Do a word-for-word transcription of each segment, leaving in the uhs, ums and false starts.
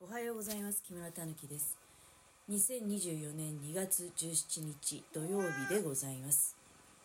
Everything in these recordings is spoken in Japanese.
おはようございます。木村たぬきです。にせんにじゅうよねんにがつじゅうしちにち土曜日でございます。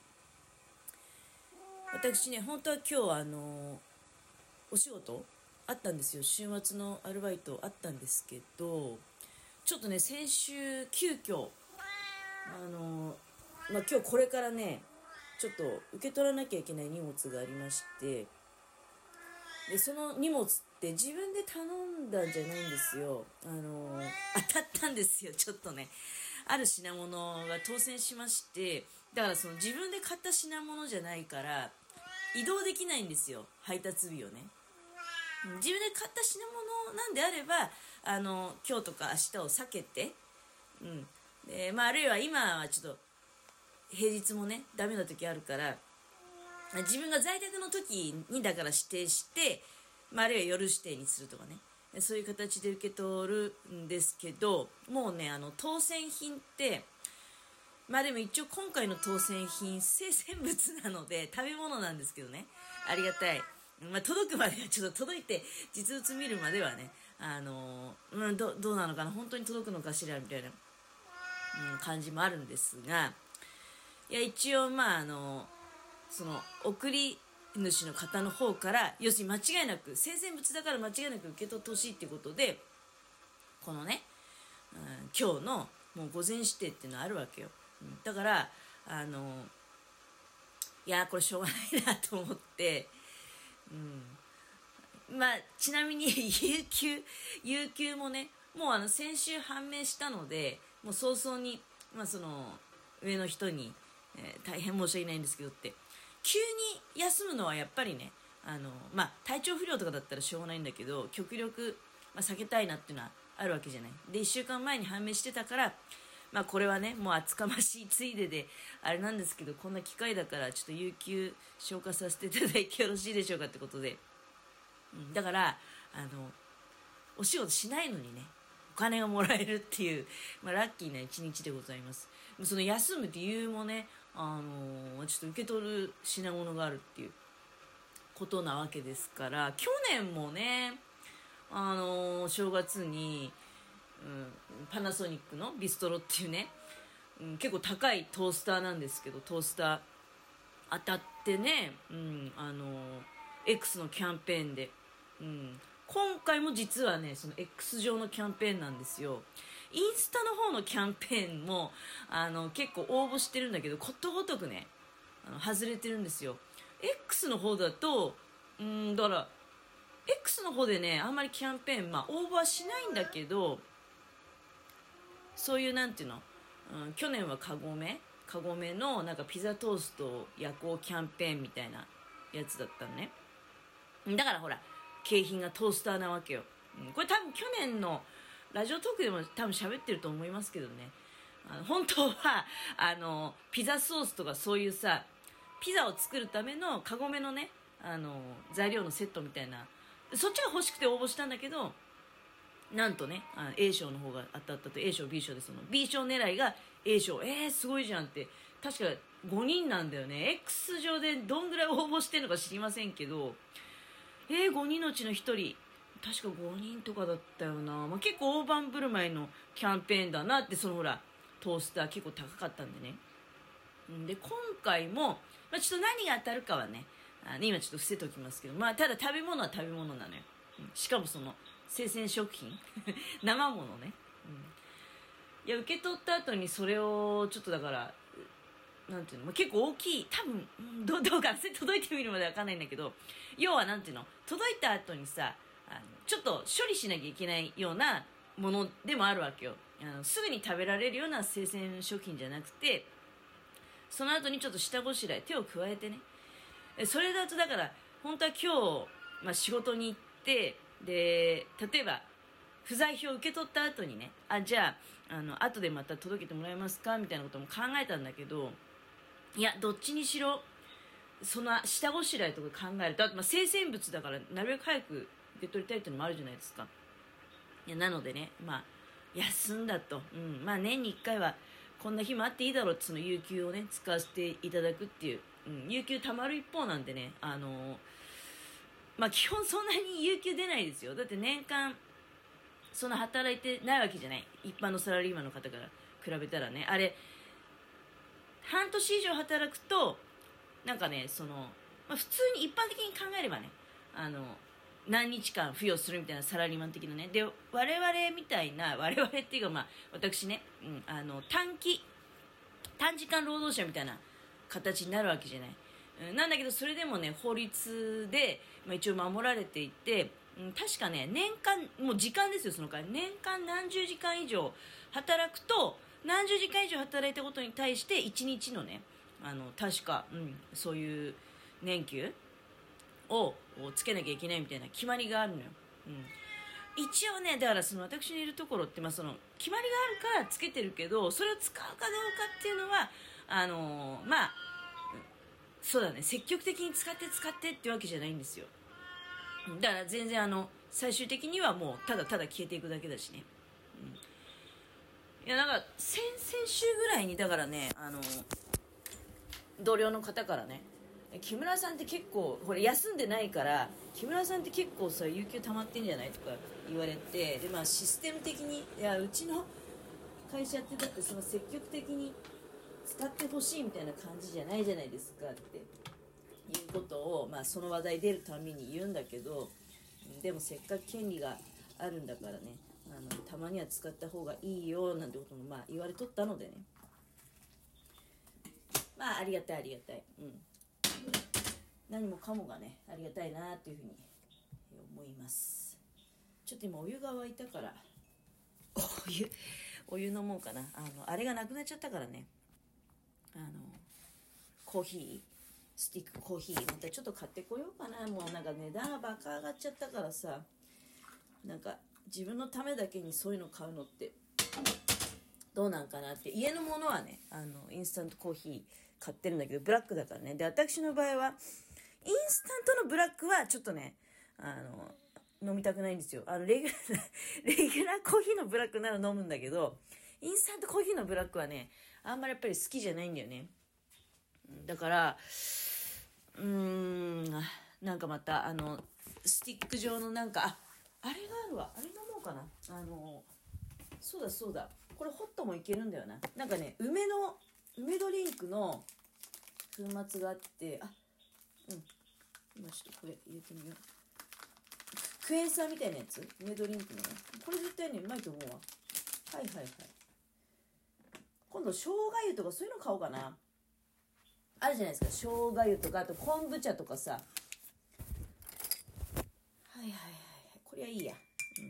私ね、本当は今日あのお仕事あったんですよ。週末のアルバイトあったんですけど、ちょっとね、先週急遽あのまあ、今日これからね、ちょっと受け取らなきゃいけない荷物がありまして、でその荷物って自分で頼んだんじゃないんですよ。あの当たったんですよ。ちょっとね、ある品物が当選しまして、だからその自分で買った品物じゃないから移動できないんですよ、配達日をね。自分で買った品物なんであれば、あの今日とか明日を避けて、うんでまあ、あるいは今はちょっと平日もねダメな時あるから、自分が在宅の時にだから指定して、まあ、あるいは夜指定にするとかね、そういう形で受け取るんですけど、もうね、あの当選品ってまあでも一応今回の当選品生鮮物なので食べ物なんですけどね、ありがたい。まあ、届くまではちょっと届いて実物見るまではね、あのーうん、どどうなのかな、本当に届くのかしらみたいな、うん、感じもあるんですが、いや一応まああのーその送り主の方の方から、要するに間違いなく生鮮物だから間違いなく受け取ってほしいっていうことで、このね、うん、今日のもう午前指定っていうのはあるわけよ、うん、だからあのいやこれしょうがないなと思って、うん、まあちなみに有給有給もね、もうあの先週判明したので、もう早々に、まあ、その上の人に、えー、大変申し訳ないんですけどって、急に休むのはやっぱりね、あの、まあ、体調不良とかだったらしょうがないんだけど、極力、まあ、避けたいなっていうのはあるわけじゃない。で、いっしゅうかんまえに判明してたから、まあ、これはね、もう厚かましいついでで、あれなんですけど、こんな機会だから、ちょっと有給消化させていただいてよろしいでしょうかってことで。うん、だから、あの、お仕事しないのにね、お金がもらえるっていう、まあ、ラッキーな一日でございます。その休む理由もね、あのー、ちょっと受け取る品物があるっていうことなわけですから、去年もね、あのー、正月に、うん、パナソニックのビストロっていうね、うん、結構高いトースターなんですけど、トースター当たってね、うん、あのー、X のキャンペーンで、うん、今回も実はね、その X 上のキャンペーンなんですよ。インスタの方のキャンペーンもあの結構応募してるんだけど、ことごとくね、あの外れてるんですよ。 X の方だと、うんだから X の方でね、あんまりキャンペーン、まあ応募はしないんだけど、そういうなんていうの、うん、去年はカゴメカゴメのなんかピザトースト夜行キャンペーンみたいなやつだったのね。だからほら、景品がトースターなわけよ、うん、これ多分去年のラジオトークでも多分喋ってると思いますけどね、あの本当はあのピザソースとかそういうさ、ピザを作るためのカゴメのね、あの材料のセットみたいな、そっちが欲しくて応募したんだけど、なんとね、あ A 賞の方が当たったと。 A 賞 B 賞で、その B 賞狙いが A 賞、えーすごいじゃんって。確かごにんなんだよね。 X 上でどんぐらい応募してるのか知りませんけど、えー、ごにんのうちのひとり、確かごにんとかだったよな、まあ、結構大盤振る舞いのキャンペーンだなって。そのほらトースター結構高かったんでね。で今回も、まあ、ちょっと何が当たるかはね、あの今ちょっと伏せておきますけど、まあ、ただ食べ物は食べ物なのよ、うん、しかもその生鮮食品生ものね、うん、いや受け取った後にそれをちょっとだからなんていうの、まあ、結構大きい、多分どどうかそれ届いてみるまでわかんないんだけど、要はなんていうの、届いた後にさ、あのちょっと処理しなきゃいけないようなものでもあるわけよ。あのすぐに食べられるような生鮮食品じゃなくて、その後にちょっと下ごしらえ手を加えてね、それだとだから本当は今日、まあ、仕事に行って、で例えば不在票を受け取った後にね、あじゃあ、あの後でまた届けてもらえますかみたいなことも考えたんだけど、いやどっちにしろその下ごしらえとか考えると、あとまあ生鮮物だからなるべく早く受け取りたいっていうのもあるじゃないですか。いやなのでね、まあ休んだと、うん、まあ年にいっかいはこんな日もあっていいだろうって、その有給をね使わせていただくっていう、うん、有給たまる一方なんでね、あのー、まあ基本そんなに有給出ないですよ。だって年間そんな働いてないわけじゃない。一般のサラリーマンの方から比べたらね。あれ、半年以上働くと、なんかね、その、まあ、普通に一般的に考えればね、あの、何日間付与するみたいなサラリーマン的なね。で、我々みたいな、我々っていうかまあ、私ね、うん、あの、短期、短時間労働者みたいな形になるわけじゃない。うん、なんだけど、それでもね、法律で、まあ、一応守られていて、うん、確かね、年間、もう時間ですよ、その間。年間何十時間以上働くと、何十時間以上働いたことに対して、いちにちのね、あの、確か、うん、そういう年給をつけなきゃいけないみたいな決まりがあるのよ。うん、一応ね、だからその私のいるところって、まあ、その決まりがあるからつけてるけど、それを使うかどうかっていうのは、あのー、まあ、そうだね、積極的に使って使ってってわけじゃないんですよ。だから全然あの、最終的にはもうただただ消えていくだけだしね。うん、いや、なんか、先々週ぐらいに、だからね、あのー、同僚の方からね、木村さんって結構これ休んでないから木村さんって結構さ有給溜まってんじゃないとか言われて、で、まあ、システム的にいやうちの会社ってだってその積極的に使ってほしいみたいな感じじゃないじゃないですかっていうことを、まあ、その話題出るたびに言うんだけど、でもせっかく権利があるんだからね、あのたまには使った方がいいよなんてこともまあ言われとったのでね、まあありがたいありがたい、うん、何もかもがねありがたいなというふうに思います。ちょっと今お湯が沸いたからお湯お湯飲もうかな。あのあれがなくなっちゃったからね、あのコーヒースティックコーヒーまたちょっと買ってこようかな。もうなんか値段がバカ上がっちゃったからさ、なんか自分のためだけにそういうの買うのってどうなんかなって。家のものはね、あのインスタントコーヒー買ってるんだけどブラックだからね。で、私の場合はインスタントのブラックはちょっとね、あの飲みたくないんですよ。あのレギュラーレギュラーコーヒーのブラックなら飲むんだけど、インスタントコーヒーのブラックはね、あんまりやっぱり好きじゃないんだよね。だからうーんなんかまたあのスティック状のなんかああれがあるわ、あれ飲もうかな。あのそうだそうだ、これホットもいけるんだよな。なんかね、梅の梅ドリンクの粉末があって、あ、うん、今ちょっとこれ入れてみよう。クエン酸みたいなやつ、梅ドリンクのね、これ絶対ねうまいと思うわ。はいはいはい、今度生姜湯とかそういうの買おうかな。あるじゃないですか、生姜湯とか、あと昆布茶とかさ。はいはいはい、これはいいや。うん、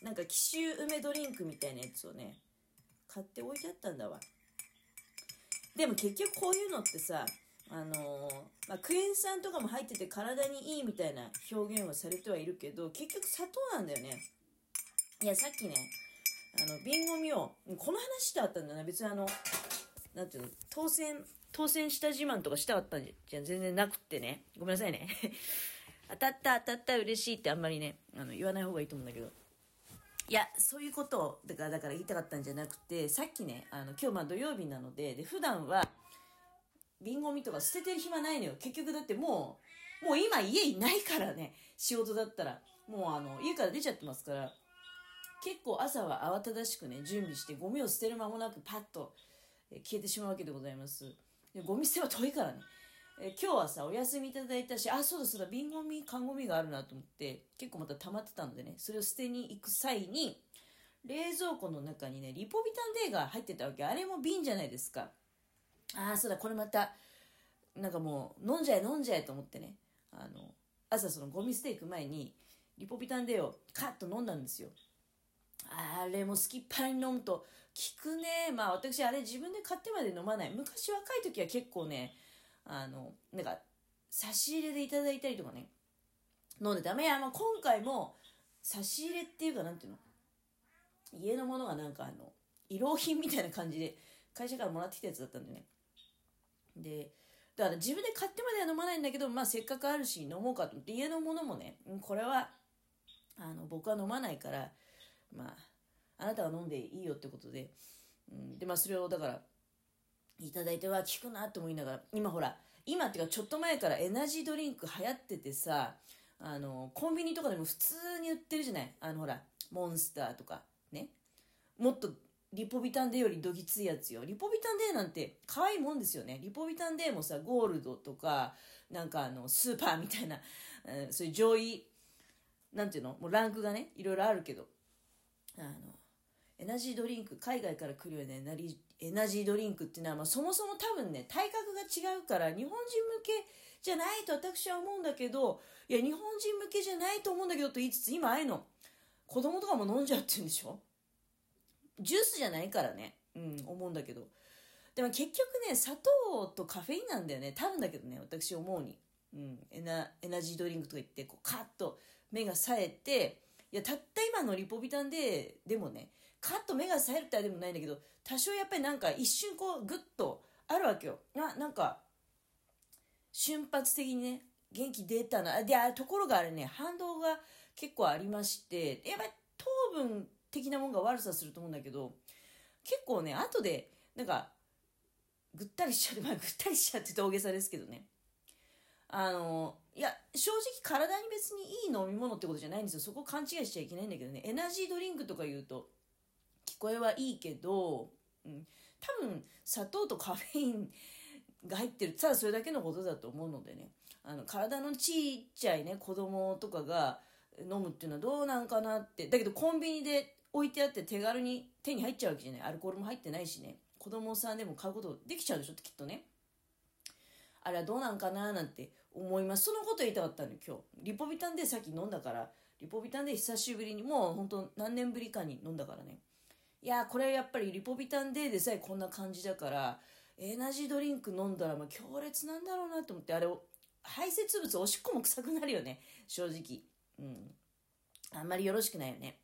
なんか紀州梅ドリンクみたいなやつをね買って置いてあったんだわ。でも結局こういうのってさ、あのーまあ、クエン酸とかも入ってて体にいいみたいな表現はされてはいるけど、結局砂糖なんだよね。いや、さっきね、あの瓶ゴミをこの話してあったんだな。別にあのなんていうの、当選当選した自慢とかしたかったんじゃ全然なくってね、ごめんなさいね当たった当たった嬉しいってあんまりね、あの言わない方がいいと思うんだけど、いやそういうことをだからだから言いたかったんじゃなくて、さっきね、あの今日まあ土曜日なので、で普段は瓶ゴミとか捨ててる暇ないのよ。結局だってもうもう今家いないからね、仕事だったらもうあの家から出ちゃってますから、結構朝は慌ただしくね準備してゴミを捨てる間もなくパッと消えてしまうわけでございます。でゴミ捨ては遠いからね。え今日はさお休みいただいたし、あそうだそうだ、瓶ゴミ缶ゴミがあるなと思って結構また溜まってたのでね、それを捨てに行く際に冷蔵庫の中にねリポビタン D が入ってたわけ。あれも瓶じゃないですか。ああそうだ、これまたなんかもう飲んじゃえ飲んじゃえと思ってね、あの朝そのゴミ捨て行く前にリポビタン D をカッと飲んだんですよ。あれも好きっぱいに飲むと効くね。まあ私あれ自分で買ってまで飲まない。昔若い時は結構ね、あのなんか差し入れでいただいたりとかね飲んでた。いや、まあ、今回も差し入れっていうかなんていうの、家のものがなんかあの遺漏品みたいな感じで会社からもらってきたやつだったんでね。でだから自分で買ってまでは飲まないんだけど、まあせっかくあるし飲もうかと思って、家のものもね、これはあの僕は飲まないから、まああなたは飲んでいいよってことで、うん、でまあそれをだからいただいては効くなって思いながら、今ほら今っていうかちょっと前からエナジードリンク流行っててさ、あのコンビニとかでも普通に売ってるじゃない。あのほらモンスターとかね、もっとリポビタン D よりどぎついやつよ。リポビタン D なんて可愛いもんですよね。リポビタン D もさ、ゴールドとかなんかあのスーパーみたいな、うん、そういう上位なんていうの、もうランクがねいろいろあるけど、あのエナジードリンク、海外から来るようなエナリエナジードリンクっていうのは、まあ、そもそも多分ね体格が違うから日本人向けじゃないと私は思うんだけど、いや日本人向けじゃないと思うんだけどと言いつつ、今ああいうの子供とかも飲んじゃうって言うんでしょ。ジュースじゃないからね、うん、思うんだけど、でも結局ね砂糖とカフェインなんだよね多分だけどね、私思うに、うん、エナエナジードリンクとか言ってこうカッと目が冴えて、いやたった今のリポビタン D でもねカッと目が冴えるってあれでもないんだけど、多少やっぱりなんか一瞬こうグッとあるわけよ。ななんか瞬発的にね元気出たな。で、ところがあれね反動が結構ありまして、やっぱり糖分的なものが悪さすると思うんだけど、結構ね後でなんかぐったりしちゃって、まあぐったりしちゃってって大げさですけどね、あのいや正直体に別にいい飲み物ってことじゃないんですよ。そこ勘違いしちゃいけないんだけどね、エナジードリンクとか言うと聞こえはいいけど、うん、多分砂糖とカフェインが入ってる、ただそれだけのことだと思うのでね、あの体のちっちゃいね子供とかが飲むっていうのはどうなんかなって。だけどコンビニで置いてあって手軽に手に入っちゃうわけじゃない。アルコールも入ってないしね、子供さんでも買うことできちゃうでしょきっとね。あれはどうなんかななんて思います。そのこと言いたかったの今日。リポビタン D さっき飲んだから、リポビタン D 久しぶりに、もう本当何年ぶりかに飲んだからね。いやこれやっぱりリポビタン D でさえこんな感じだから、エナジードリンク飲んだらまあ強烈なんだろうなと思って。あれを排泄物おしっこも臭くなるよね正直。うん、あんまりよろしくないよね。